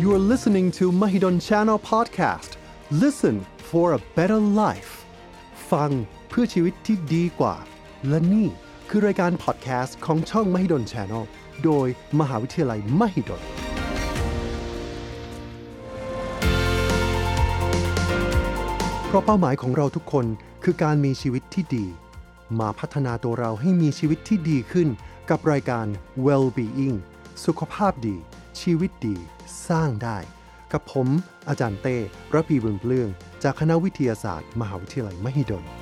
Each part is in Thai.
You are listening to Mahidol Channel Podcast. Listen for a better life. ฟังเพื่อชีวิตที่ดีกว่าและนี่คือรายการ podcast ของช่อง Mahidol Channel โดยมหาวิทยาลัย Mahidolเพราะเป้าหมายของเราทุกคนคือการมีชีวิตที่ดีมาพัฒนาตัวเราให้มีชีวิตที่ดีขึ้นกับรายการ Well-being สุขภาพดีชีวิตดีสร้างได้กับผมอาจารย์เต้ระพีบุญเปลื้องจากคณะวิทยาศาสตร์มหาวิทยาลัยมหิดล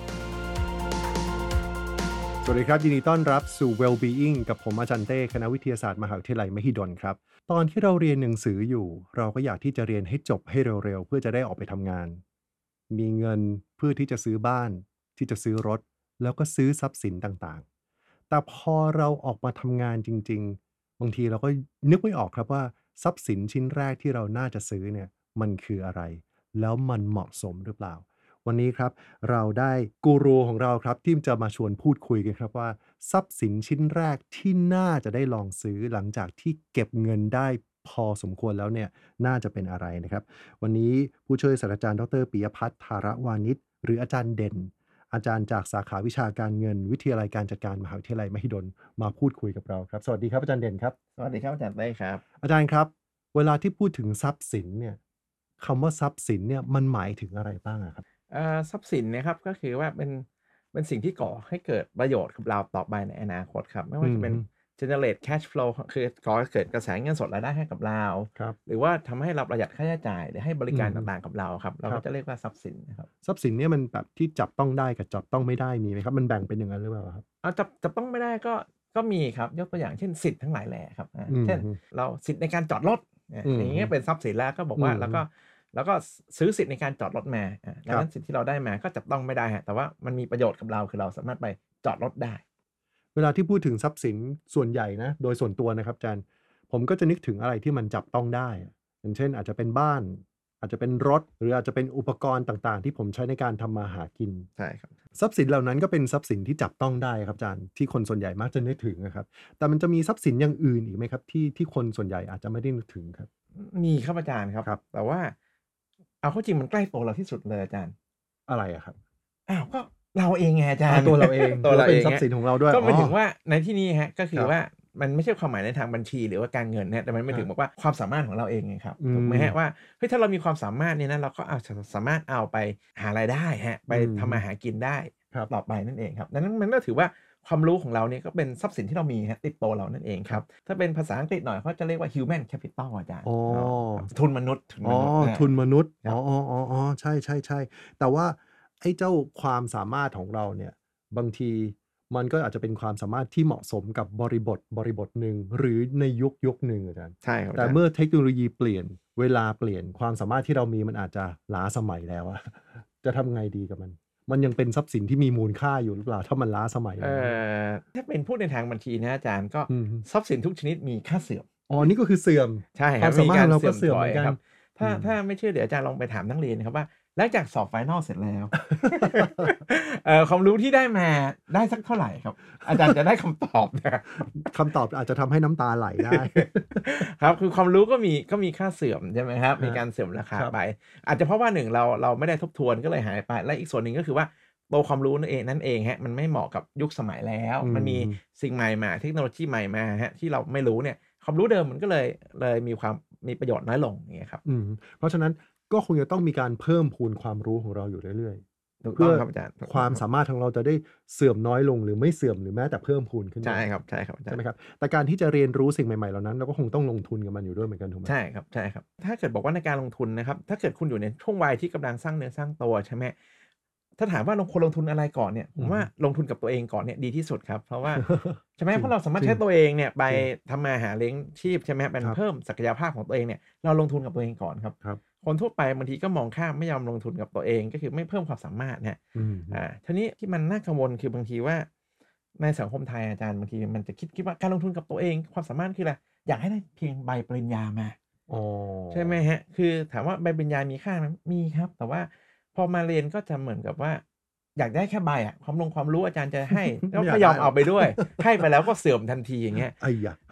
สวัสดีครับยินดีต้อนรับสู่ Well-being กับผมอาจารย์เต้คณะวิทยาศาสตร์มหาวิทยาลัยมหิดลครับตอนที่เราเรียนหนังสืออยู่เราก็อยากที่จะเรียนให้จบให้เร็วๆเพื่อจะได้ออกไปทำงานมีเงินเพื่อที่จะซื้อบ้านที่จะซื้อรถแล้วก็ซื้อทรัพย์สินต่างๆแต่พอเราออกมาทำงานจริงๆบางทีเราก็นึกไม่ออกครับว่าทรัพย์สินชิ้นแรกที่เราน่าจะซื้อเนี่ยมันคืออะไรแล้วมันเหมาะสมหรือเปล่าวันนี้ครับเราได้กูรูของเราครับที่จะมาชวนพูดคุยกันครับว่าทรัพย์สินชิ้นแรกที่น่าจะได้ลองซื้อหลังจากที่เก็บเงินได้พอสมควรแล้วเนี่ยน่าจะเป็นอะไรนะครับวันนี้ผู้ช่วยศาสตราจารย์ดร.ปิยพัฒน์ธารวานิชหรืออาจารย์เด่นอาจารย์จากสาขาวิชาการเงินวิทยาลัยการจัดการมหาวิทยาลัยมหิดลมาพูดคุยกับเราครับสวัสดีครับอาจารย์เด่นครับสวัสดีครับอาจารย์เต้ครับอาจารย์ครับเวลาที่พูดถึงทรัพย์สินเนี่ยคำว่าทรัพย์สินเนี่ยมันหมายถึงอะไรบ้างครับทรัพย์สินเนี่ยครับก็คือว่าเป็นสิ่งที่ก่อให้เกิดประโยชน์กับเราต่อไปในอนาคตครับไม่ว่าจะเป็น generate cash flow คือก่อให้เกิดกระแสเงินสดรายได้ให้กับเราหรือว่าทำให้เราประหยัดค่าใช้จ่ายหรือให้บริการต่างๆกับเราครับเราก็จะเรียกว่าทรัพย์สินนะครับทรัพย์สินเนี่ยมันแบบที่จับต้องได้กับจับต้องไม่ได้มีไหมครับมันแบ่งเป็นอย่างนั้นหรือเปล่าครับจับต้องไม่ได้ก็มีครับยกตัวอย่างเช่นสิทธิ์ทั้งหลายแหล่ครับเช่นเราสิทธิ์ในการจอดรถอย่างเงี้ยเป็นทรัพย์สินแล้วก็บอกว่าแล้วก็ซื้อสิทธิ์ในการจอดรถมาดังนั้นสิทธิ์ที่เราได้มาก็จับต้องไม่ได้ฮะแต่ว่ามันมีประโยชน์กับเราคือเราสามารถไปจอดรถได้เวลาที่พูดถึงทรัพย์สินส่วนใหญ่นะโดยส่วนตัวนะครับอาจารย์ผมก็จะนึกถึงอะไรที่มันจับต้องได้อย่างเช่นอาจจะเป็นบ้านอาจจะเป็นรถหรืออาจจะเป็นอุปกรณ์ต่างๆที่ผมใช้ในการทำมาหากินใช่ครับทรัพย์สินเหล่านั้นก็เป็นทรัพย์สินที่จับต้องได้ครับอาจารย์ที่คนส่วนใหญ่มักจะนึกถึงนะครับแต่มันจะมีทรัพย์สินอย่างอื่นอีกไหมครับที่คนส่วนใหญ่อาจจะไม่ได้นึกถึงครับมีครับอาจารย์ครับแต่ว่าเอาเข้าจริงมันใกล้ตัวเราที่สุดเลยอาจารย์อะไรครับก็เราเองไงอาจารย์ตัวเราเองตัวเราเป็นทรัพย์สินของเราด้วยก็หมายถึงว่าในที่นี้ฮะก็คือว่ามันไม่ใช่ความหมายในทางบัญชีหรือว่าการเงินนะแต่มันหมายถึงบอกว่าความสามารถของเราเองไงครับถูกไหมฮะว่าเฮ้ยถ้าเรามีความสามารถเนี่ยนะเราก็สามารถเอาไปหารายได้ฮะไปทำมาหากินได้ต่อไปนั่นเองครับดังนั้นมันก็ถือว่าความรู้ของเราเนี่ยก็เป็นทรัพย์สินที่เรามีฮะติดตัวเรานั่นเองครับถ้าเป็นภาษาอังกฤษหน่อยเขาจะเรียกว่า human capital อาจารย์ทุนมนุษย์ทุนมนุษย์ใช่แต่ว่าไอ้เจ้าความสามารถของเราเนี่ยบางทีมันก็อาจจะเป็นความสามารถที่เหมาะสมกับบริบทหนึ่งหรือในยุคหนึ่งอาจารย์ใช่ครับแต่เมื่อเทคโนโลยีเปลี่ยนเวลาเปลี่ยนความสามารถที่เรามีมันอาจจะล้าสมัยแล้วจะทำไงดีกับมันยังเป็นทรัพย์สินที่มีมูลค่าอยู่หรือเปล่าถ้ามันล้าสมัยถ้าเป็นพูดในทางบัญชีนะอาจารย์ก็ทรัพย์สินทุกชนิดมีค่าเสื่อมนี่ก็คือเสื่อมใช่ครับมีการเสื่อมเหมือนกันถ้าไม่เชื่อเดี๋ยวอาจารย์ลองไปถามนักเรียนนะครับว่าหลังจากสอบไฟนอลเสร็จแล้วความรู้ที่ได้มาได้สักเท่าไหร่ครับอาจารย์จะได้คำตอบนะคำตอบอาจจะทำให้น้ำตาไหลได้ครับคือความรู้ก็มีค่าเสื่อมใช่ไหมครับมีการเสื่อมราคาไปอาจจะเพราะว่าหนึ่งเราไม่ได้ทบทวนก็เลยหายไปและอีกส่วนหนึ่งก็คือว่าตัวความรู้นั่นเองฮะมันไม่เหมาะกับยุคสมัยแล้วมันมีสิ่งใหม่มาเทคโนโลยีใหม่มาฮะที่เราไม่รู้เนี่ยความรู้เดิมมันก็เลยมีประโยชน์น้อยลงอย่างเงี้ยครับเพราะฉะนั้นก็คงจะต้องมีการเพิ่มพูนความรู้ของเราอยู่เรื่อยๆเพื่อความสามารถของเราจะได้เสื่อมน้อยลงหรือไม่เสื่อมหรือแม้แต่เพิ่มพูนขึ้นใช่ครับใช่ไหมครับแต่การที่จะเรียนรู้สิ่งใหม่ๆเหล่านั้นเราก็คงต้องลงทุนกับมันอยู่ด้วยเหมือนกันถูกไหมใช่ครับถ้าเกิดบอกว่าในการลงทุนนะครับถ้าเกิดคุณอยู่ในช่วงวัยที่กำลังสร้างเนื้อสร้างตัวใช่ไหมถ้าถามว่าควรลงทุนอะไรก่อนเนี่ยผมว่าลงทุนกับตัวเองก่อนเนี่ยดีที่สุดครับเพราะว่าใช่ไหมเพราะเราสามารถใช้ตัวเองเนี่ยไปทำมาหาเลี้ยงชีพใช่ไหมเป็นเพิ่มศักยภาพของตัวเองเนี่ยเราลงทุนกับตัวเองก่อนครับคนทั่วไปบางทีก็มองข้ามไม่ยอมลงทุนกับตัวเองก็คือไม่เพิ่มความสามารถเนี่ยทีนี้ที่มันน่ากังวลคือบางทีว่าในสังคมไทยอาจารย์บางทีมันจะคิดว่าการลงทุนกับตัวเองความสามารถคืออะไรอยากให้ได้เพียงใบปริญญามาใช่ไหมฮะคือถามว่าใบปริญญามีค่าไหมมีครับแต่ว่าพอมาเรียนก็จะเหมือนกับว่าอยากได้แค่ใบความรู้อาจารย์จะให้ก็ไม่ยอมเอาไปด้วยให้ไปแล้วก็เสื่อมทันทีอย่างเงี้ย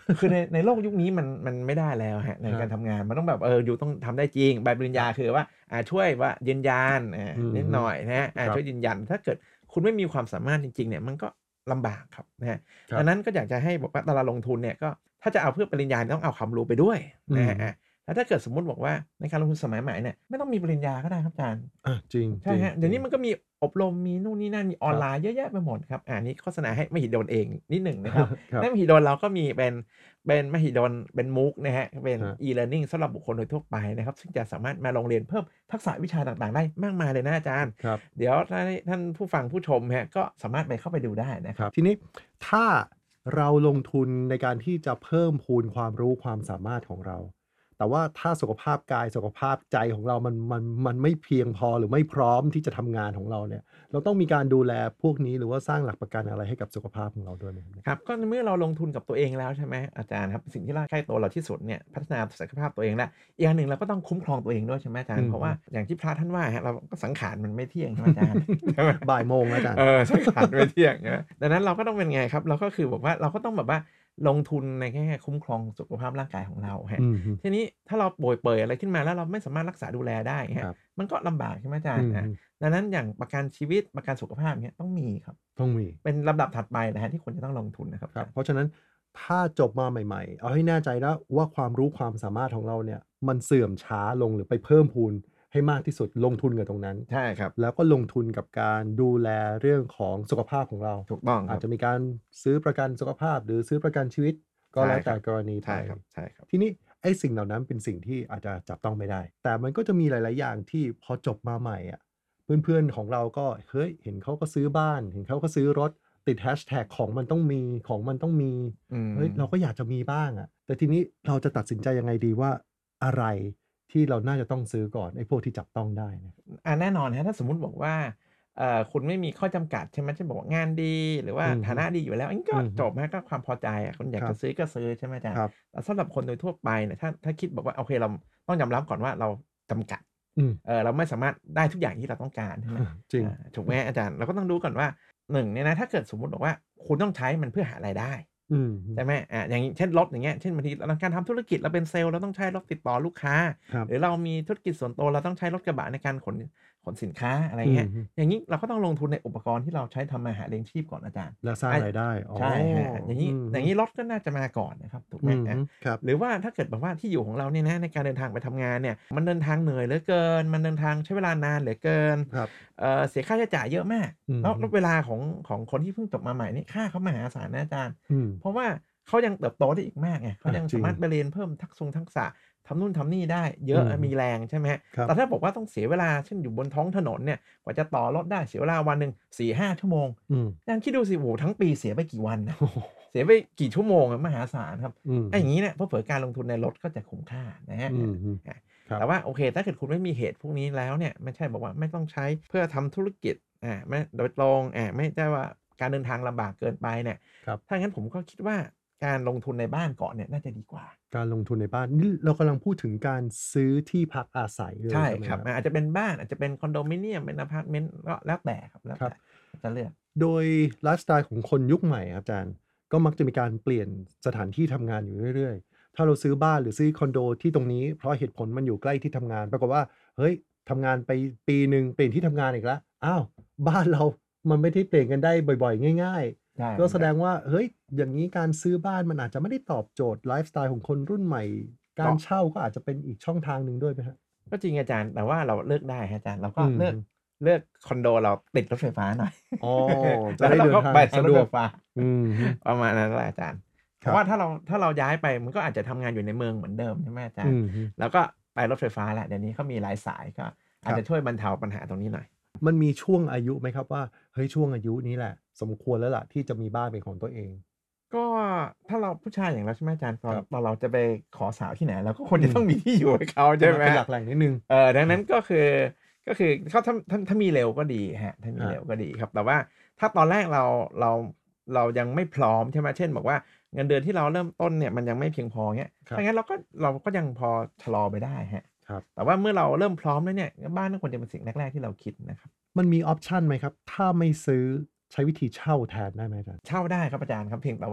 คือในโลกยุคนี้มันไม่ได้แล้วในครัการบทำงานมันต้องแบบอยู่ต้องทำได้จริงใบปริญญาคือว่าช่วยว่ายืนยันนิดหน่อยนะฮะครับช่วยยืนยันถ้าเกิดคุณไม่มีความสามารถจริงๆเนี่ยมันก็ลำบากครับนะฮะครับดังนั้นก็อยากจะให้บอกว่าตอนเราลงทุนเนี่ยก็ถ้าจะเอาเพื่อปริญญาต้องเอาความรู้ไปด้วยนะฮะแล้วถ้าเกิดสมมุติบอกว่าในการลงทุนสมัยใหม่เนี่ยไม่ต้องมีปริญญาก็ได้ครับอาจารย์จริงใช่ฮะเดี๋ยวนี้มันๆก็มีอบรมมีนู่นนี่นั่นมีออนไลน์เยอะแยะไปหมดครับนี่โฆษณาให้มหิดลเองนิดหนึ่งนะครับครับในมหิดลเราก็มีเป็นมหิดลเป็นMOOCนะฮะเป็นครับ e-learning สำหรับบุคคลโดยทั่วไปนะครับซึ่งจะสามารถมาลงเรียนเพิ่มทักษะวิชาต่างๆได้มากมายเลยนะอาจารย์ครับเดี๋ยวถ้าท่านผู้ฟังผู้ชมฮะก็สามารถไปเข้าไปดูได้นะคครัรับบ ทีนี้ถ้าเราลงทุนในการที่จะเพิ่มพูนความรู้ความสามารถของเรา แต่ว่าถ้าสุขภาพกายสุขภาพใจของเรามันไม่เพียงพอหรือไม่พร้อมที่จะทำงานของเราเนี่ยเราต้องมีการดูแลพวกนี้หรือว่าสร้างหลักประกันอะไรให้กับสุขภาพของเราด้วยไหมครับเนี่ยครับก็ในเมื่อเราลงทุนกับตัวเองแล้วใช่ไหมอาจารย์ครับสิ่งที่ใกล้ตัวเราที่สุดเนี่ยพัฒนาศักยภาพตัวเองแล้วอีกอย่างหนึ่งเราก็ต้องคุ้มครองตัวเองด้วยใช่ไหมอาจารอืมย์เพราะว่าอย่างที่พระท่านว่าฮะเราก็สังขารมันไม่เที่ยงใช่ไหมอาจารย์ใช่ไหมบ่ายโมงแล้วอาจารย์สังขารไม่เที่ยงนะดังนั้นเราก็ต้องเป็นไงครับเราก็คือแบบว่าเราก็ต้องแบบว่าลงทุนในแง่คุ้มครองสุขภาพร่างกายของเราฮะอืมทีนี้ถ้าเราป่วยเปื่อยอะไรขึ้นมาแล้วเราไม่สามารถรักษาดูแลได้คฮะรับมันก็ลำบากใช่ไหมอาจารอืย์มดังนั้นอย่างประกันชีวิตประกันสุขภาพเนี้ยต้องมีครับต้องมีเป็นลำดับถัดไปนะฮะที่ควรจะต้องลงทุนนะครับครับอาจารย์เพราะฉะนั้นถ้าจบมาใหม่ๆเอาให้แน่ใจนะว่าความรู้ความสามารถของเราเนี่ยมันเสื่อมช้าลงหรือไปเพิ่มพูนให้มากที่สุดลงทุนกับตรงนั้นใช่ครับแล้วก็ลงทุนกับการดูแลเรื่องของสุขภาพของเราถูกต้องครับอาจจะมีการซื้อประกันสุขภาพหรือซื้อประกันชีวิตก็ใช่แล้วแต่ครับกรณีไปใช่ครับใช่ครับทีนี้ไอ้สิ่งเหล่านั้นเป็นสิ่งที่อาจจะจับต้องไม่ได้แต่มันก็จะมีหลายๆอย่างที่พอจบมาใหม่อะ เพื่อนๆของเราก็เฮ้ยเห็นเขาก็ซื้อบ้านเห็นเขาก็ซื้อรถติดแฮชแท็กของมันต้องมีของมันต้องมีอืเฮ้ยเราก็มอยากจะมีบ้างอะแต่ทีนี้เราจะตัดสินใจยังไงดีว่าอะไรที่เราน่าจะต้องซื้อก่อนไอ้พวกที่จับต้องได้เนี่ยแน่นอนครับถ้าสมมุติบอกว่าคุณไม่มีข้อจำกัดใช่ไหมเช่นบอกว่างานดีหรือว่าอือฮึฐานะดีอยู่แล้วอันนี้ก็อือฮึจบครับก็ความพอใจคุณอยากจะครับซื้อก็ซื้อใช่ไหมอาจารย์ครับแต่สำหรับคนโดยทั่วไปเนี่ยถ้าคิดบอกว่าโอเคเราต้องยอมรับก่อนว่าเราจำกัดอืมเราไม่สามารถได้ทุกอย่างที่เราต้องการใช่ไหมจริงถูกไหมอาจารย์เราก็ต้องดูก่อนว่า1เนี่ยนะถ้าเกิดสมมุติบอกว่าคุณต้องใช้มันเพื่อหารายได้อืมใช่ไหมอย่างงี้เช่นรถอย่างเงี้ยเช่นบางทีเราการทำธุรกิจเราเป็นเซลล์เราต้องใช้รถติดต่อลูกค้าครับหรือเรามีธุรกิจส่วนตัวเราต้องใช้รถกระบะในการขนสินค้าอะไรอืเงี้ยอฮึอย่างงี้เราก็ต้องลงทุนในอุปกรณ์ที่เราใช้ทำมาหาเลี้ยงชีพก่อนอาจารย์แล้วสร้างอารายได้อ๋อใช่ครับอย่างงี้อือฮึรถก็น่าจะมาก่อนนะครับถูกไหมอือฮึครับหรือว่าถ้าเกิดแบบว่าที่อยู่ของเราเนี่ยนะในการเดินทางไปทำงานเนี่ยมันเดินทางเหนื่อยเหลือเกินมันเดินทางใช้เวลานานเหลือเกินครับเสียค่าใช้จ่ายเยอะมากอือฮึแล้วเวลาของคนที่เพิ่งจบมาใหม่นี่ค่าเขามหาศาลนะอาจารย์อืมเพราะว่าเขายังเติบโตได้อีกมากไงเขายังจริงสามารถไปเรียนเพิ่มทักษะทำนู่นทำนี่ได้เยอะอือฮึมีแรงใช่ไหมครับแต่ถ้าบอกว่าต้องเสียเวลาเช่นอยู่บนท้องถนนเนี่ยกว่าจะต่อรถได้เสียเวลาวันหนึ่ง4-5ชั่วโมงอืมอาจารย์คิดดูสิโอ้โฮทั้งปีเสียไปกี่วันน่ะโอ้โฮเสียไปกี่ชั่วโมงอะมหาศาลครับอืมฮึอย่างงี้เนี่ยเผลอๆการลงทุนในรถก็จะคุ้มค่านะครับอืมฮึอาครับแต่ว่าโอเคถ้าเกิดคุณไม่มีเหตุพวกนี้แล้วเนี่ยไม่ใช่บอกว่าไม่ต้องใช้เพื่อทำธุรกิจไม่โดยตรงไม่ใช่ว่าการเดินทางลำบากเกินไปเนี่ยครับถ้างั้นผมก็คิดว่าการลงทุนในบ้านก่อนเนี่ยน่าจะดีกว่าการลงทุนในบ้านนี่เรากำลังพูดถึงการซื้อที่พักอาศัยเลยใช่ใช่ไหมครับครับอาจจะเป็นบ้านอาจจะเป็นคอนโดมิเนียมเป็นอะพาร์ตเมนต์ก็แล้วแต่ครับแล้วครับแต่จะเลือกโดยไลฟ์สไตล์ของคนยุคใหม่ครับอาจารย์ก็มักจะมีการเปลี่ยนสถานที่ทำงานอยู่เรื่อยๆถ้าเราซื้อบ้านหรือซื้อคอนโดที่ตรงนี้เพราะเหตุผลมันอยู่ใกล้ที่ทำงานปรากฏว่าเฮ้ยทำงานไปปีหนึ่งเปลี่ยนที่ทำงานอีกแล้วอ้าวบ้านเรามันไม่ได้เปลี่ยนกันได้บ่อยๆง่ายใช่ๆก็แสครับดงว่าเฮ้ยอย่างงี้การซื้อบ้านมันอาจจะไม่ได้ตอบโจทย์ไลฟ์สไตล์ของคนรุ่นใหม่การก็เช่าก็อาจจะเป็นอีกช่องทางหนึ่งด้วยไหมครับก็จริงอาจารย์แต่ว่าเราเลือกได้ครับอาจารย์เราก็อืมเลือกคอนโดเราติดรถไฟฟ้าหน่อยอ๋อ จะแล้วได้เดินทางเราก็ไปทางสะดวกรถไฟฟ้าอืมฮึประมาณนั้นแหละอาจารย์เพครับราะว่าถ้าเราย้ายไปมันก็อาจจะทำงานอยู่ในเมืองเหมือนเดิมใช่ไหมอาจารย์อืมฮึแล้วก็ไปรถไฟฟ้าแล้วเดี๋ยวนี้เขามีหลายสายก็คอาจรับจะช่วยบรรเทาปัญหาตรงนี้หน่อยมันมีช่วงอายุไหมครับว่าเฮ้ยช่วงอายุนี้แหละสมควรแล้วล่ะที่จะมีบ้านเป็นของตัวเองก็ถ้าเราผู้ชายอย่างเราใช่ไหมอาจารย์ตอนครับตอนเราจะไปขอสาวที่ไหนเราก็ควรอืมจะต้องมีที่อยู่ให้เขาใช่ไหมเป็นหลักแหล่งนิดหนึ่งดังนั้นก็คือเขาถ้ามีเร็วก็ดีครับถ้ามีอาเร็วก็ดีครับแต่ว่าถ้าตอนแรกเราเรายังไม่พร้อมใช่ไหมเช่นบอกว่าเงินเดือนที่เราเริ่มต้นเนี่ยมันยังไม่เพียงพอเงี้ยครับถ้างั้นเราก็ยังพอชะลอไปได้ครับครับแต่ว่าเมื่อเราเริ่มพร้อมแล้วเนี่ยบ้านก็ควรจะเป็นสิ่งแรกๆที่เราคิดนะครับมันมีออปชันไหมครับถ้าไม่ซื้อใช้วิธีเช่าแทนได้ไหมอาจารย์เช่าได้ครับอาจารย์ครับเพียงแต่ว่า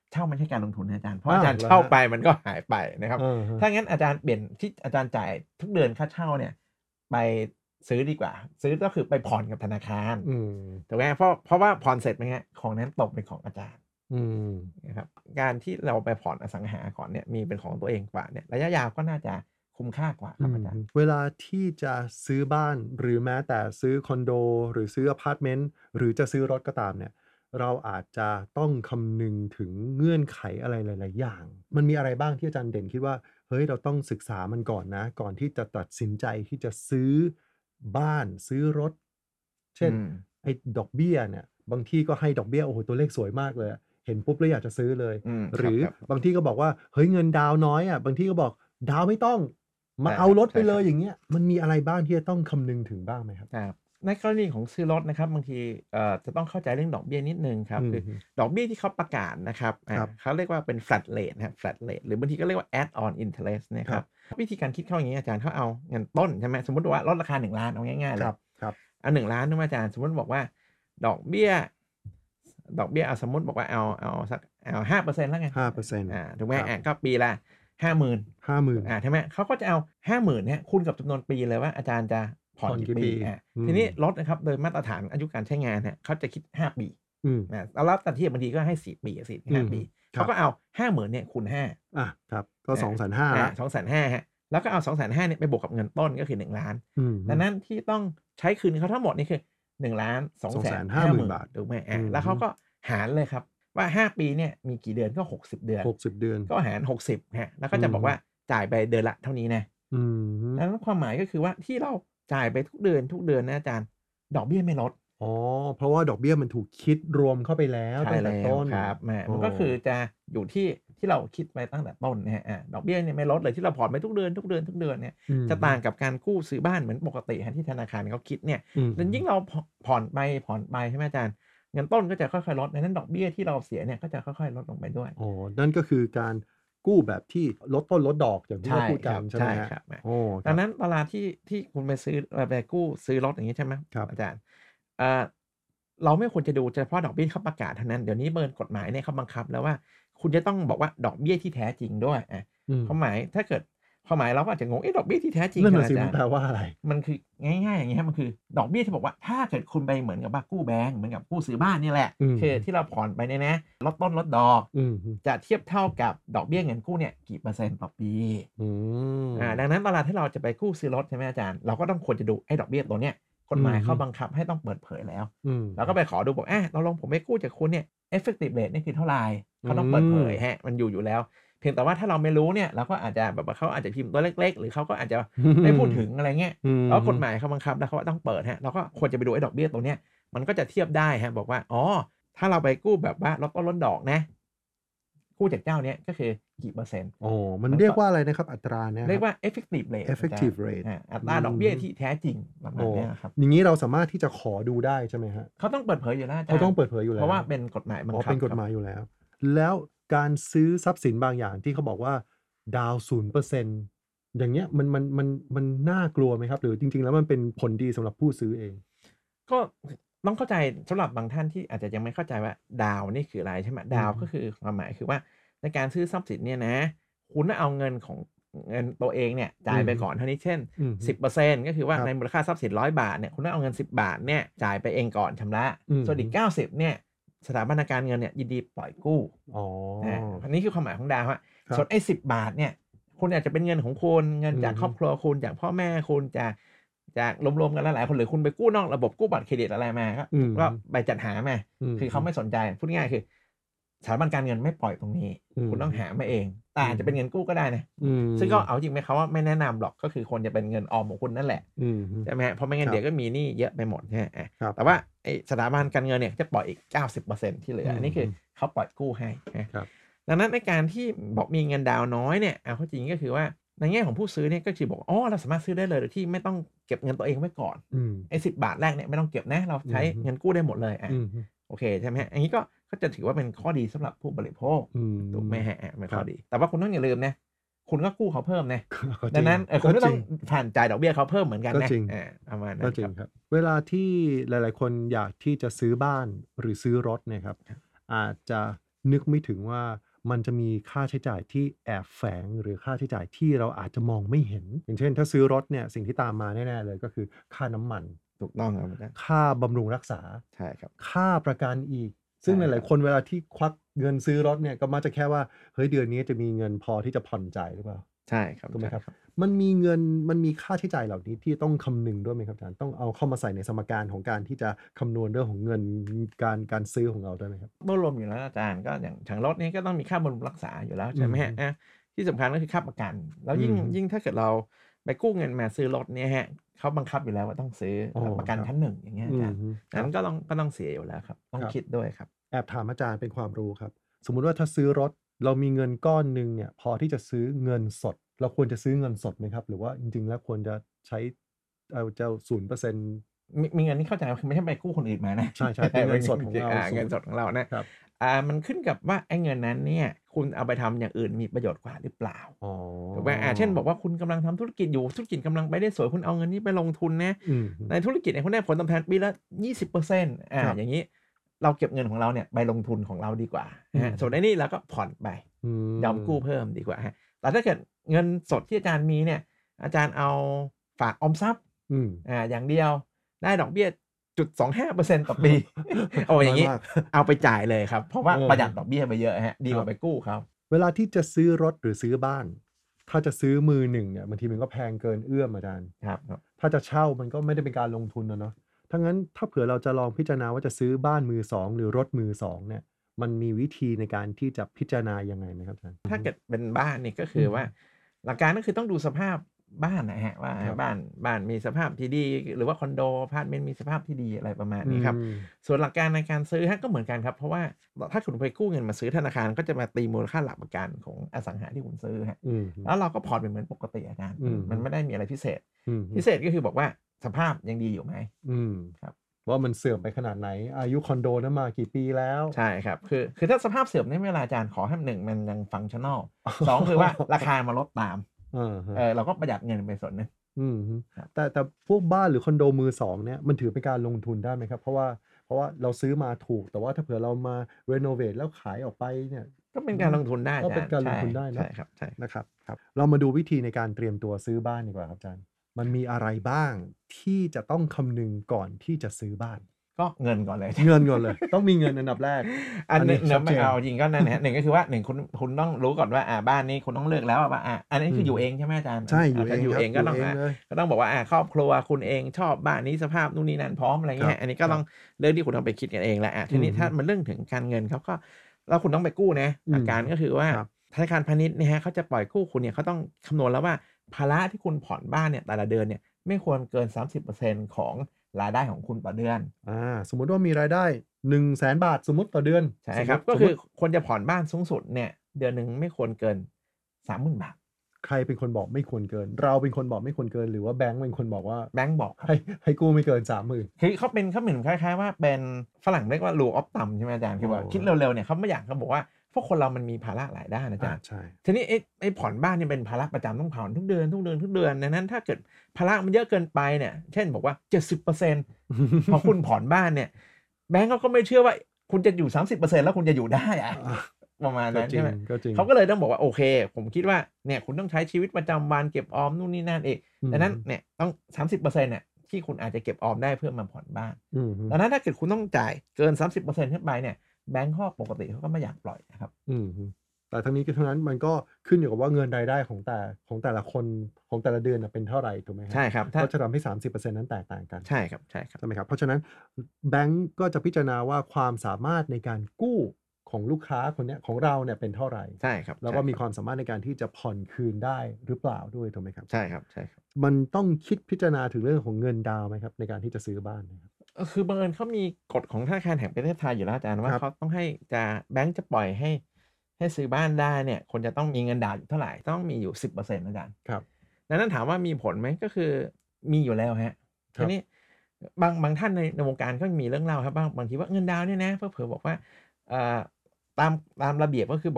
เช่าไม่ใช่การลงทุนนะอาจารย์เพราะอาจารย์เช่าไปมันก็หายไปนะครับถ้างั้นอาจารย์เปลี่ยนที่อาจารย์จ่ายทุกเดือนค่าเช่าเนี่ยไปซื้อดีกว่าซื้อก็คือไปผ่อนกับธนาคารถูกไหมเพราะว่าผ่อนเสร็จไหมฮะของนั้นตกเป็นของอาจารย์นะครับการที่เราไปผ่อนอสังหาก่อนเนี่ยมีเป็นของตัวเองกว่าเนี่ยระยะยาวก็น่าจะคุ้มค่ากว่าครับอาจารย์เวลาที่จะซื้อบ้านหรือแม้แต่ซื้อคอนโดหรือซื้ออพาร์ตเมนต์หรือจะซื้อรถก็ตามเนี่ยเราอาจจะต้องคำนึงถึงเงื่อนไขอะไรหลายๆอย่างมันมีอะไรบ้างที่อาจารย์เด่นคิดว่าเฮ้ยเราต้องศึกษามันก่อนนะก่อนที่จะตัดสินใจที่จะซื้อบ้านซื้อรถเช่นไอ้ดอกเบี้ยเนี่ยบางที่ก็ให้ดอกเบี้ยโอ้โหตัวเลขสวยมากเลยเห็นปุ๊บแล้วอยากจะซื้อเลยหรือบางที่ก็บอกว่าเฮ้ยเงินดาวน้อยอ่ะบางที่ก็บอกดาวไม่ต้องมาเอารถไปเลยอย่างเงี้ยมันมีอะไรบ้างที่จะต้องคำนึงถึงบ้างไหมครับในกรณีของซื้อรถนะครับบางทีจะต้องเข้าใจเรื่องดอกเบี้ยนิดนึงครับคือดอกเบี้ยที่เขาประกาศนะครับเขาเรียกว่าเป็น flat rate นะครับ flat rate หรือบางทีก็เรียกว่า add on interest นะครับวิธีการคิดเข้าอย่างนี้อาจารย์เขาเอาเงินต้นใช่ไหมสมมติว่าลดราคา1 ล้านเอาง่ายๆเลยเอา1 ล้านนึกว่าอาจารย์สมมติบอกว่าดอกเบี้ยเอาสมมติบอกว่าเอาสัก5%แล้วไง 5% ถูกไหมก็ปีละ50,000ใช่ไหมเขาก็จะเอา50,000เนี่ยคูณกับจำนวนปีเลยว่าอาจารย์จะผ่อนกี่ปีทีนี้รถนะครับโดยมาตรฐานอายุการใช้งานเนี่ยเขาจะคิด5 ปีแล้วแต่ที่บางทีก็ให้4 ปี5 ปีเขาก็เอา 50,000เนี่ยคูณ5 ครับก็ 250,000 ละ 250,000 ฮะแล้วก็เอา 250,000 เนี่ยไปบวกกับเงินต้นก็คือ1 ล้านดังนั้นที่ต้องใช้คืนเขาทั้งหมดนี่คือ1,250,000 บาทถูกไหมแล้วเขาก็หารเลยครับว่า5 ปีเนี่ยมีกี่เดือนก็60 เดือนก็หาร60ฮะแล้วก็จะบอกว่าจ่ายไปเดือนละเท่านี้นะดังนั้นความหมายก็คือว่าที่เราจ่ายไปทุกเดือนนะอาจารย์ดอกเบี้ยไม่ลดเพราะว่าดอกเบี้ยมันถูกคิดรวมเข้าไปแล้วตั้งแต่ต้นครับมันก็คือจะอยู่ที่เราคิดไปตั้งแต่ต้นนะฮะดอกเบี้ยเนี่ยไม่ลดเลยที่เราผ่อนไปทุกเดือนเนี่ยจะต่างกับการกู้ซื้อบ้านเหมือนปกติที่ธนาคารเขาคิดเนี่ยแล้วยิ่งเราผ่อนไปใช่ไหมอาจารย์เงินต้นก็จะค่อยๆลดดังนั้นดอกเบี้ยที่เราเสียเนี่ยก็จะค่อยๆลดลงไปด้วยนั่นก็คือการกู้แบบที่ลดต้นลดดอกอย่างที่เราพูดกันใช่ไหมครับดังนั้นเวลาที่คุณไปซื้อไปกู้ซื้อรถอย่างนี้ใช่ไหมอาจารย์เราไม่ควรจะดูเฉพาะดอกเบี้ยเขาประกาศเท่านั้นเดี๋ยวนี้กฎหมายเนี่ยเขาบังคับแล้วว่าคุณจะต้องบอกว่าดอกเบี้ยที่แท้จริงด้วยความหมายถ้าเกิดความหมายเราก็อาจจะงงดอกเบี้ยที่แท้จริงนั่นสิมันแปลว่าอะไรมันคือง่ายๆอย่างเงี้ยมันคือดอกเบี้ยที่บอกว่าถ้าเกิดคุณไปเหมือนกับว่ากู้แบงก์เหมือนกับกู้ซื้อบ้านนี่แหละคือที่เราผ่อนไปเนี่ยนะลดต้นลดดอกจะเทียบเท่ากับดอกเบี้ยเงินกู้เนี่ยกี่%ต่อปีดังนั้นเวลาที่เราจะไปกู้ซื้อรถใช่ไหมอาจารย์เราก็ต้องควรจะดูไอ้ดอกเบี้ยตัวเนี้ยกฎหมายเขาบังคับให้ต้องเปิดเผยแล้วเราก็ไปขอดูบอกเราลงผมไปกู้จากคุณเนี่ย effective rate นี่คือเท่าไหร่เขาต้องเปิดเผยฮะมันอยู่แล้วเพียงแต่ว่าถ้าเราไม่รู้เนี่ยเราก็อาจจะแบบว่าเขาอาจจะพิมพ์ตัวเล็กๆหรือเขาก็อาจจะไม่พูดถึงอะไรเงี้ยแล้วกฎหมายเขาบังคับแล้วเขาต้องเปิดฮะเราก็ควรจะไปดูไอ้ดอกเบี้ยตัวเนี้ยมันก็จะเทียบได้ฮะบอกว่าถ้าเราไปกู้แบบว่าลดต้นลดดอกนะกู้จากเจ้านี้ก็คือกี่เปอร์เซ็นต์มันเรียกว่าอะไรนะครับอัตราเนี่ยเรียกว่า effective rate อัตราดอกเบี้ยที่แท้จริงแบบนี้ครับอย่างนี้เราสามารถที่จะขอดูได้ใช่ไหมฮะเขาต้องเปิดเผยอยู่แล้วเขาต้องเปิดเผยอยู่แล้วเพราะว่าเป็นกฎหมายบังคับเป็นกฎหมายอยู่แล้วการซื้อทรัพย์สินบางอย่างที่เขาบอกว่าดาว 0% อย่างเงี้ยมันน่ากลัวไหมครับหรือจริงๆแล้วมันเป็นผลดีสำหรับผู้ซื้อเองก็ต้องเข้าใจสำหรับบางท่านที่อาจจะยังไม่เข้าใจว่าดาวนี่คืออะไรใช่ไหมดาวก็คือความหมายคือว่าในการซื้อทรัพย์สินเนี่ยนะคุณเอาเงินของเงินตัวเองเนี่ยจ่ายไปก่อนเท่านี้เช่น 10% ก็คือว่าในมูลค่าทรัพย์สิน100 บาทเนี่ยคุณต้องเอาเงิน10 บาทเนี่ยจ่ายไปเองก่อนชำระส่วนอีก90เนี่ยสถาบันการเงินเนี่ยยินดีปล่อยกู้อันนี้คือความหมายของดาวฮะส่วนไอ้10 บาทเนี่ยคุณอาจจะเป็นเงินของคุณเงินจากครอบครัวคุณจากพ่อแม่คุณจากรวมๆกันหลายๆคนหรือคุณไปกู้นอกระบบกู้บัตรเครดิตอะไรมาก็ไปจัดหามาคือเขาไม่สนใจพูดง่ายคือสถาบันการเงินไม่ปล่อยตรงนี้คุณต้องหามาเองแต่อาจจะเป็นเงินกู้ก็ได้นะซึ่งก็เอาจริงไหมเขาว่าไม่แนะนำหรอกก็คือควรจะเป็นเงินออมของคุณนั่นแหละใช่ไหมฮะเพราะไม่งั้นเดี๋ยวก็มีหนี้เยอะไปหมดใช่ไหมแต่ว่าไอ้สถาบันการเงินเนี่ยจะปล่อยอีก 90% ที่เหลืออันนี้คือเขาปล่อยกู้ให้ดังนั้นในการที่บอกมีเงินดาวน้อยเนี่ยเอาเข้าจริงก็คือว่าในแง่ของผู้ซื้อเนี่ยก็คือบอกเราสามารถซื้อได้เลยโดยที่ไม่ต้องเก็บเงินตัวเองไว้ก่อนไอ้10 บาทแรกเนี่ยไม่ต้องเก็บนะเราใช้เงินกู้ได้หมดเลยโอเคใช่ไหมฮะอันนี้ก็จะถือว่าเป็นข้อดีสำหรับผู้บริโภคถูกไหมฮะเป็นข้อดีแต่ว่าคุณต้องอย่าลืมนะคุณก็กู้เขาเพิ่มนะดังนั้นคุณก็ต้องผ่านจ่ายดอกเบี้ยเขาเพิ่มเหมือนกันนะประมาณนั้นครับเวลาที่หลายๆคนอยากที่จะซื้อบ้านหรือซื้อรถเนี่ยครับอาจจะนึกไม่ถึงว่ามันจะมีค่าใช้จ่ายที่แอบแฝงหรือค่าใช้จ่ายที่เราอาจจะมองไม่เห็นอย่างเช่นถ้าซื้อรถเนี่ยสิ่งที่ตามมาแน่ๆเลยก็คือค่าน้ำมันถูกต้องครับอาจารย์ค่าบำรุงรักษาใช่ครับค่าประกันอีกซึ่งใช่หครับลายๆคนเวลาที่ควักเงินซื้อรถเนี่ยก็มักจะแค่ว่าเฮ้ยเดือนนี้จะมีเงินพอที่จะผ่อนจ่ายหรือเปล่าใช่ครับถูกไหมครับใช่ครับมันมีเงินมันมีค่าใช้จ่ายเหล่านี้ที่ต้องคำนึงด้วยไหมครับอาจารย์ต้องเอาเข้ามาใส่ในสมการของการที่จะคำนวณเรื่องของเงินการซื้อของเราด้วยไหมครับรวมอยู่แล้วอาจารย์ก็อย่างรถนี่ก็ต้องมีค่าบำรุงรักษาอยู่แล้วอืมใช่ไหมฮะที่สำคัญก็คือค่าประกันแล้วยิ่งอืมยิ่งถ้าเกิดเราไปกู้เงินมาซื้อรถเนี่ยฮะเขาบังคับอยู่แล้วว่าต้องซื้ออ๋อประกันครับชั้นหนึ่งอย่างเงี้ยอาจารย์ครับนั้นก็ต้องเสียอยู่แล้วครับต้องครับคิดด้วยครับแอบถามอาจารย์เป็นความรู้ครับสมมุติว่าถ้าซื้อรถเรามีเงินก้อนหนึ่งเนี่ยพอที่จะซื้อเงินสดเราควรจะซื้อเงินสดไหมครับหรือว่าจริงๆแล้วควรจะใช้เอาเจ้า0% มีเงินที่เข้าใจว่าคือไม่ใช่ไปกู้คนอื่นมานะใช่ๆเป็นเงินสดของเราเงินสดของเรานะครับมันขึ้นกับว่าไอ้เงินนั้นเนี่ยคุณเอาไปทำอย่างอื่นมีประโยชน์กว่าหรือเปล่าอ๋อถูกไหมเช่นบอกว่าคุณกำลังทำธุรกิจอยู่ธุรกิจกำลังไปได้สวยคุณเอาเงินนี้ไปลงทุนนะอืมในธุรกิจเนี่ยคุณได้ผลตอบแทนปีละ 20% ครับอย่างนี้เราเก็บเงินของเราเนี่ยไปลงทุนของเราดีกว่านะฮะอืมส่วนไอ้นี่เราก็ผ่อนไปอืยอมกู้เพิ่มดีกว่าฮะแต่ถ้าเกิดเงินสดที่อาจารย์มีเนี่ยอาจารย์เอาฝากออมทรัพย์อืมอย่างเดียวได้ดอกเบี้ย0.25%ต่อปี โอ้อน้ย่างนี้อยมากเอาไปจ่ายเลยครับเพราะว่าเออประหยัดดอกเบี้ยไปเยอะฮะดีคกรับว่าไปกู้เขาเวลาที่จะซื้อรถหรือซื้อบ้านถ้าจะซื้อมือหนึ่งเนี่ยบางทีมันก็แพงเกินเอื้อมอาจารย์ครับถ้าจะเช่ามันก็ไม่ได้เป็นการลงทุนนะเนาะถ้างั้นถ้าเผื่อเราจะลองพิจารณาว่าจะซื้อบ้านมือสองหรือรถมือสองเนี่ยมันมีวิธีในการที่จะพิจารณายังไงไหมครับอาจารย์ถ้าเกิดเป็นบ้านนี่ก็อืคือมว่าหลักการก็คือต้องดูสภาพบ้านนะฮะว่าครับบ้านมีสภาพที่ดีหรือว่าคอนโดอพาร์ตเมนต์มีสภาพที่ดีอะไรประมาณอืนี้ครับมส่วนหลักการในการซื้อฮะก็เหมือนกันครับเพราะว่าถ้าคุณไปกู้เงินมาซื้อธนาคารก็จะมาตีมูลค่าหลักประกันของอสังหาที่คุณซื้อฮะอืมแล้วเราก็ผ่อนเป็นเหมือนปกติอาจารย์มันไม่ได้มีอะไรพิเศษอืมพิเศษก็คือบอกว่าสภาพยังดีอยู่ไหมอืมครับว่ามันเสื่อมไปขนาดไหนอายุคอนโดนั้นมากี่ปีแล้วใช่ครับคือถ้าสภาพเสื่อมเนี่ยเวลาอาจารย์ขอให้1มันยังฟังก์ชันนัล2คือว่าราคามันลดตามฮะเราก็ประหยัดเงินไปส่วนหนึงอืมฮึครับแต่พวกบ้านหรือคอนโดมือสองเนี่ยมันถือเป็นการลงทุนได้ไหมครับเพราะว่าเราซื้อมาถูกแต่ว่าถ้าเผื่อเรามาเรโนเวทแล้วขายออกไปเนี่ยก็เป็นมันการลงทุนได้ก็อาจารย์เป็นการลงใช่ทุนได้เนาะใช่ครับใช่นะครับเรามาดูวิธีในการเตรียมตัวซื้อบ้านดีกว่าครับอาจารย์มันมีอะไรบ้างที่จะต้องคำนึงก่อนที่จะซื้อบ้านก็เงินก่อนเลยเงินก่อนเลยต้องมีเงินอันดับแรกอันหนึนี้งเนชัอะดเจนไม่เอาจริงก็นั่นแหละหนึ่งก็คือว่าคุณต้องรู้ก่อนว่าบ้านนี้คุณต้องเลือกแล้วว่าอันนี้คืออยู่เองใช่ไหมอาจารย์ใช่อยู่เอถ้าอยู่งครับเองก็ต้องอยู่เองเลยก็ต้องบอกว่าครอบครัวคุณเองชอบบ้านนี้สภาพนู่นนี่นั่นพร้อมอะไรครับเงี้ยอันนี้ก็ต้องเรื่องที่คุณต้องไปคิดกันเองแหละทีนี้ถ้ามันเรื่องถึงการเงินเขาก็แล้วคุณต้องไปกู้นะหลักการก็คือว่าครับธนาคารพาณิชย์เนี่ยฮะเขาจะปล่อยกู้คุณเนี่ยเขาต้องคำนวณแล้วว่าภาระที่คุณผ่อนบ้านเนี่ยแต่ละเดือนเนี่ยไม่ควรเกิน 30%ของรายได้ของคุณต่อเดือนสมมุติว่ามีรายได้100,000 บาทสมมุติต่อเดือนใช่ครับก็คือควรจะผ่อนบ้านสูงสุดเนี่ยเดือนหนึ่งไม่ควรเกิน 30,000 บาทใครเป็นคนบอกไม่ควรเกินเราเป็นคนบอกไม่ควรเกินหรือว่าแบงก์เป็นคนบอกว่าแบงก์บอกครับให้กู้ไม่เกิน 30,000 คือเขาเหมือนคล้ายๆว่าเป็นฝรั่งเรียกว่า rule of thumb ใช่ไหมอาจารย์คือว่าคิดเร็วๆเนี่ยเขาไม่อยากเขาบอกว่าพวกคนเรามันมีภาระหลายด้านอาจารย์ใช่ทีนี้ไอ้ผ่อนบ้านเนี่ยเป็นภาระประจำต้องผ่อนทุกเดือนดังนั้นถ้าเกิดภาระมันเยอะเกินไปเนี่ยเช่นบอกว่า 70% พอคุณผ่อนบ้านเนี่ยแบงก์เขาก็ไม่เชื่อว่าคุณจะอยู่ 30% แล้วคุณจะอยู่ได้อะประมาณนั้นใช่ไหมก็จริงเขาก็เลยต้องบอกว่าโอเคผมคิดว่าเนี่ยคุณต้องใช้ชีวิตประจำวันเก็บออมนู่นนี่นั่นเองดังนั้นเนี่ยต้อง 30% เนี่ยที่คุณอาจจะเก็บออมได้เพื่อมาผ่อนบ้านดังนั้นถ้าเกิดคุณต้องจ่ายเกิน 30% ขึ้นไปเนี่ยแบงก์ข้อปกติเขาก็ไม่อยากปล่อยนะครับแต่ทั้งนี้ก็เท่านั้นมันก็ขึ้นอยู่กับว่าเงินรายได้ของแต่ละคนของแต่ละเดือนเป็นเท่าไหร่ถูกไหมใช่ครับก็จะทำให้ 30% นั้นแตกต่างกันใช่ครับใช่ไหมครับเพราะฉะนั้นแบงก์ก็จะพิจารณาว่าความสามารถในการกู้ของลูกค้าคนนี้ของเราเนี่ยเป็นเท่าไหร่ใช่ครับแล้วก็มีความสามารถในการที่จะผ่อนคืนได้หรือเปล่าด้วยถูกไหมครับใช่ครับมันต้องคิดพิจารณาถึงเรื่องของเงินดาวไหมครับในการที่จะซื้อบ้านนะครับคือบังเอิญเขามีกฎของธนาคารแห่งประเทศไทยอยู่แล้วอาจารย์ว่าเขาต้องให้แบงก์จะปล่อยให้ซื้อบ้านได้เนี่ยคนจะต้องมีเงินดาวน์อยู่เท่าไหร่ต้องมีอยู่ 10% อาจารย์ครับดังนั้นถามว่ามีผลไหมก็คือมีอยู่แล้วฮะทีนี้บางท่านในวงการก็มีเรื่องเล่าครับบางทีว่าเงินดาวน์เนี่ยนะเผลอๆบอกว่าตามระเบียบก็คือบอกว่า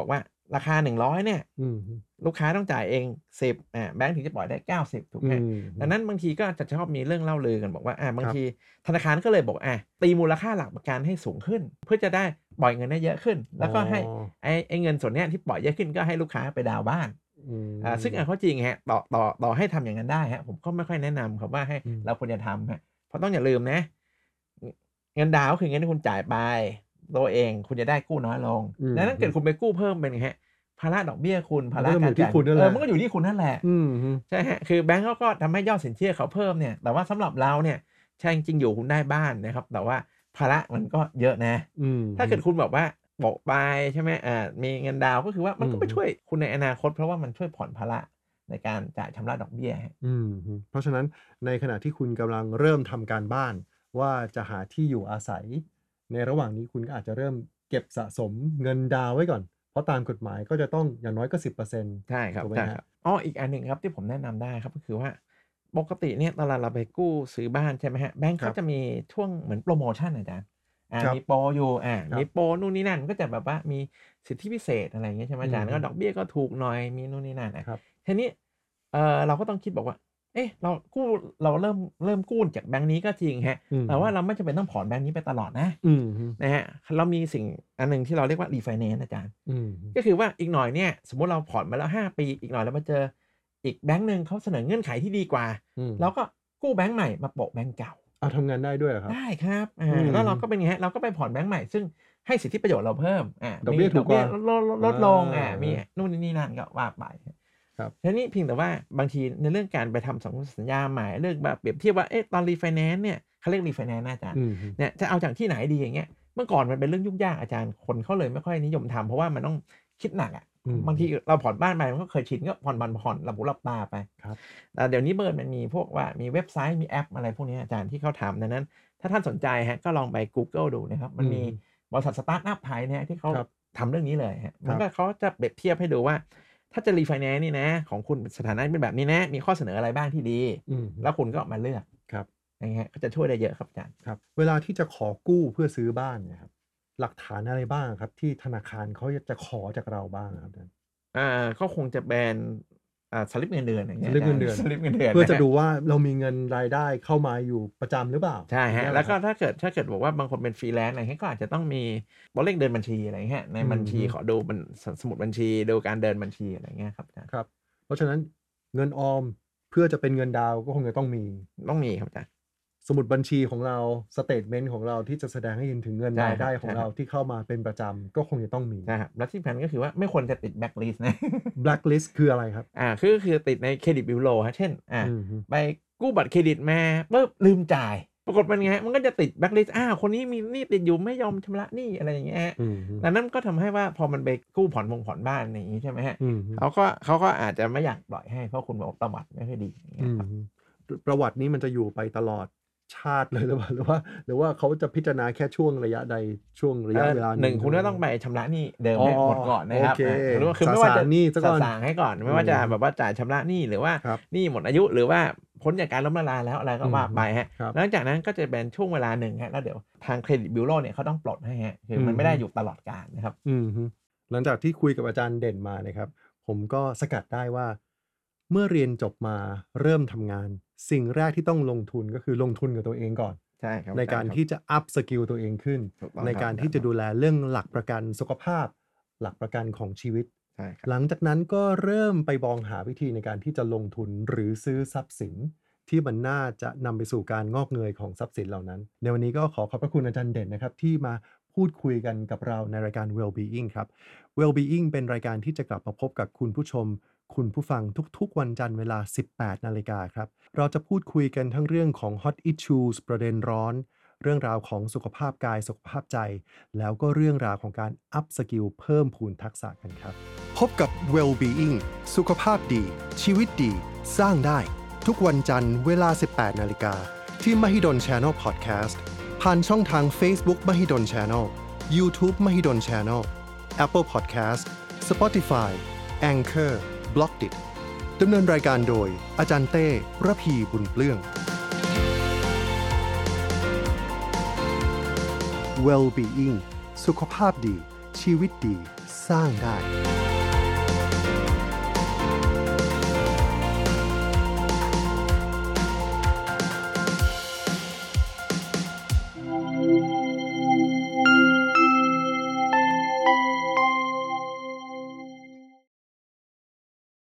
ราคา100เนี่ยอืมลูกค้าต้องจ่ายเอง10แบงก์ถึงจะปล่อยได้90ถูกไหมดังนั้นบางทีก็จะชอบมีเรื่องเล่าลือกันบอกว่าบางทีธนาคารก็เลยบอกตีมูลค่าหลักประกันให้สูงขึ้นเพื่อจะได้ปล่อยเงินได้เยอะขึ้นแล้วก็ให้ไอ้เงินส่วนเนี้ยที่ปล่อยเยอะขึ้นก็ให้ลูกค้าไปดาวน์บ้านซึ่งเขาจริงฮะต่อให้ทำอย่างนั้นได้ฮะผมก็ไม่ค่อยแนะนำครับว่าให้เราควรจะทำฮะเพราะต้องอย่าลืมนะเงินดาวน์คือเงินที่คุณจ่ายไปตัวเองคุณจะได้กู้น้อยลงดังนั้นเกิดคุณไปกู้เพิ่มเป็นไงฮะภาระดอกเบี้ยคุณภาระการจ่ายมันก็อยู่ที่คุณนั่นแหละใช่ฮะคือแบงก์เขาก็ทำให้ยอดสินเชื่อเขาเพิ่มเนี่ยแต่ว่าสำหรับเราเนี่ยใช่จริงอยู่คุณได้บ้านนะครับแต่ว่าภาระมันก็เยอะนะถ้าเกิดคุณบอกว่าบอกไปใช่ไหมมีเงินดาวก็คือว่ามันก็ไปช่วยคุณในอนาคตเพราะว่ามันช่วยผ่อนภาระในการจ่ายชำระดอกเบี้ยเพราะฉะนั้นในขณะที่คุณกำลังเริ่มทำการบ้านว่าจะหาที่อยู่อาศัยในระหว่างนี้คุณก็อาจจะเริ่มเก็บสะสมเงินดาวไว้ก่อนเพราะตามกฎหมายก็จะต้องอย่างน้อยก็ 10% ใช่ครับใช่ครับอีกอันหนึ่งครับที่ผมแนะนำได้ครับก็คือว่าปกติเนี่ยตอนเราไปกู้ซื้อบ้านใช่ไหมฮะแบงก์เขาจะมีช่วงเหมือนโปรโมชั่นอาจารย์มีโปรอยู่มีโปรนู่นนี่นั่นก็จะแบบว่ามีสิทธิพิเศษอะไรอย่างเงี้ยใช่ไหมอาจารย์ก็ดอกเบี้ยก็ถูกหน่อยมีนู่นนี่นั่นทีนี้เราก็ต้องคิดบอกว่าเราเริ่มกู้จากแบงก์นี้ก็จริงฮะแต่ว่าเราไม่จำเป็นต้องผ่อนแบงก์นี้ไปตลอดนะฮะเรามีสิ่งอันนึงที่เราเรียกว่ารีไฟแนนซ์อาจารย์ก็คือว่าอีกหน่อยเนี่ยสมมุติเราผ่อนมาแล้ว5ปีอีกหน่อยเรามาเจออีกแบงก์นึงเขาเสนอเงื่อนไขที่ดีกว่าเราก็กู้แบงก์ใหม่มาโปะแบงก์เก่าทำงานได้ด้วยครับได้ครับแล้วเราก็เป็นไงฮะเราก็ไปผ่อนแบงก์ใหม่ซึ่งให้สิทธิประโยชน์เราเพิ่มดอกเบี้ยถูกกว่าลดลงมีนู่นนี่นั่นก็ว่าไปทีนี้เพียงแต่ว่าบางทีในเรื่องการไปทำสัญญาใหม่เรื่องแบบเปรียบเทียบว่าตอนรีไฟแนนซ์เนี่ยเขาเรียกรีไฟแนนซ์อาจารย์เนี่ยจะเอาจากที่ไหนดีอย่างเงี้ยเมื่อก่อนมันเป็นเรื่องยุ่งยากอาจารย์คนเขาเลยไม่ค่อยนิยมทำเพราะว่ามันต้องคิดหนักบางทีเราผ่อนบ้านไปมันก็เคยชินก็ผ่อนหลับหูหลับตาไปแต่เดี๋ยวนี้มันมีพวกว่ามีเว็บไซต์มีแอปอะไรพวกนี้อาจารย์ที่เขาทำดังนั้นถ้าท่านสนใจฮะก็ลองไป Google ดูนะครับมันมีบริษัทสตาร์ทอัพไทยเนี่ยที่เขาทำเรื่องนี้เลยฮะมันก็เขาจะเปรียบเทียบให้ดูว่าถ้าจะรีไฟแนนซ์นี่นะของคุณสถานะเป็นแบบนี้นะมีข้อเสนออะไรบ้างที่ดีแล้วคุณก็มาเลือกอย่างเงี้ยก็จะช่วยได้เยอะครับอาจารย์ครับเวลาที่จะขอกู้เพื่อซื้อบ้านเนี่ยครับหลักฐานอะไรบ้างครับที่ธนาคารเขาจะขอจากเราบ้างครับอาจารย์ก็คงจะเป็นสลิปเงินเดือนอย่างเงี้ยสลิปเงินเดือนเพื่อจะดูว่าเรามีเงินรายได้เข้ามาอยู่ประจำหรือเปล่าใช่ฮะแล้วก็ถ้าเกิดบอกว่าบางคนเป็นฟรีแลนซ์อะไรเงี้ยก็อาจจะต้องมีตัวเลขเดินบัญชีอะไรเงี้ยในบัญชีขอดูสมุดบัญชีดูการเดินบัญชีอะไรเงี้ยครับครับเพราะฉะนั้นเงินออมเพื่อจะเป็นเงินดาวก็คงจะต้องมีครับอาจารย์สมุดบัญชีของเราสเตทเมนต์ของเราที่จะแสดงให้เห็นถึงเงินรายได้ของเราที่เข้ามาเป็นประจำก็คงจะต้องมีใช่ครับและที่สำคัญก็คือว่าไม่ควรจะติดแบล็คลิสต์นะแบล็คลิสต์คืออะไรครับคือติดในเครดิตบิลโลฮะเช่นไปกู้บัตรเครดิตมาปุ๊บลืมจ่ายปรากฏเป็นไงมันก็จะติดแบล็คลิสต์คนนี้มีหนี้ติดอยู่ไม่ยอมชำระหนี้อะไรอย่างเงี้ยดังนั้นก็ทำให้ว่าพอมันไปกู้ผ่อนบ้านอย่างนี้ใช่ไหมฮะเขาก็อาจจะไม่อยากปล่อยให้เพราะคุณบอกประวัติไม่ค่อยดีอย่างเงี้ยครับประวัตินี้มันจะอยู่ไปตลอดชาติเลยหรือว่าเขาจะพิจารณาแค่ช่วงระยะใดช่วงระยะเวลาหนึ่งคุณก็ต้องไปชำระหนี้เดิมให้หมดก่อนนะครับหรือว่าคือไม่ว่าจะสางให้ก่อนไม่ว่าจะแบบว่าจ่ายชำระหนี้หรือว่าหนี้หมดอายุหรือว่าพ้นจากการล้มละลายแล้วอะไรก็ว่าไปฮะหลังจากนั้นก็จะเป็นช่วงเวลาหนึ่งฮะแล้วเดี๋ยวทางเครดิตบิวโรเนี่ยเขาต้องปลดให้ฮะคือมันไม่ได้อยู่ตลอดกาลนะครับหลังจากที่คุยกับอาจารย์เด่นมานะครับผมก็สกัดได้ว่าเมื่อเรียนจบมาเริ่มทำงานสิ่งแรกที่ต้องลงทุนก็คือลงทุนกับตัวเองก่อนในการที่จะอัพสกิลตัวเองขึ้นในการที่จะดูแลเรื่องหลักประกันสุขภาพหลักประกันของชีวิตหลังจากนั้นก็เริ่มไปมองหาวิธีในการที่จะลงทุนหรือซื้อทรัพย์สินที่มันน่าจะนำไปสู่การงอกเงยของทรัพย์สินเหล่านั้นในวันนี้ก็ขอบพระคุณอาจารย์เด่นนะครับที่มาพูดคุยกันกับเราในรายการ Well-being ครับ Well-being เป็นรายการที่จะกลับมาพบกับคุณผู้ชมคุณผู้ฟังทุกๆวันจันทร์เวลา 18 นาฬิกาครับเราจะพูดคุยกันทั้งเรื่องของ Hot Issues ประเด็นร้อนเรื่องราวของสุขภาพกายสุขภาพใจแล้วก็เรื่องราวของการอัพสกิลเพิ่มพูนทักษะกันครับพบกับ Well-being สุขภาพดีชีวิตดีสร้างได้ทุกวันจันทร์เวลา 18 นาฬิกาที่ Mahidol Channel Podcast ผ่านช่องทาง Facebook Mahidol Channel YouTube Mahidol Channel Apple Podcast Spotify Anchorบล็อกดิดำเนินรายการโดยอาจารย์เต้ระพีบุญเปลื้อง Well-being สุขภาพดีชีวิตดีสร้างได้